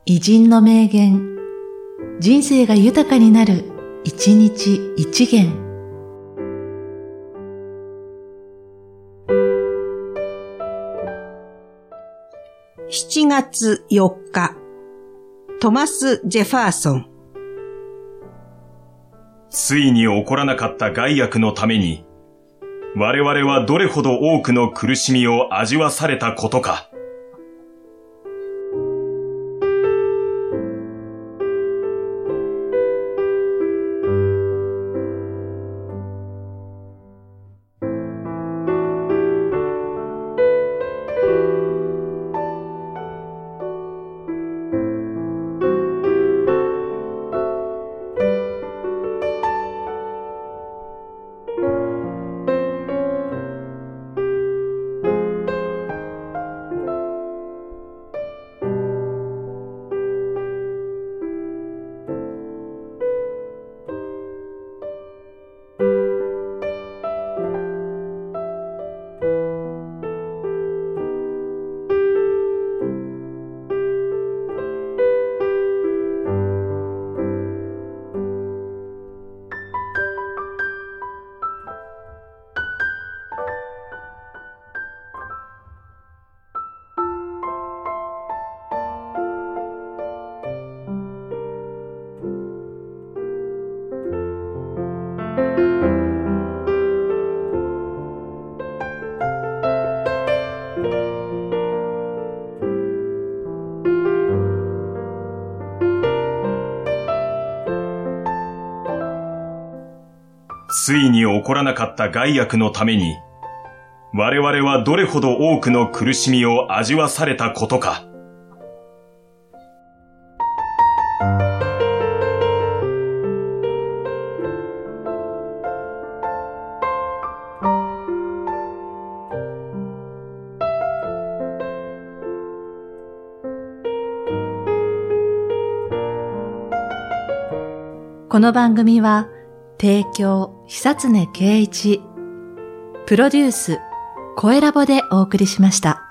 偉人の名言、人生が豊かになる、一日一元。 7月4日、トマス・ジェファーソン。 ついに起こらなかった害悪のために、我々はどれほど多くの苦しみを味わされたことか。ついに起こらなかった害悪のために、我々はどれほど多くの苦しみを味わされたことか。 この番組は、提供、久常圭一、プロデュース、声ラボでお送りしました。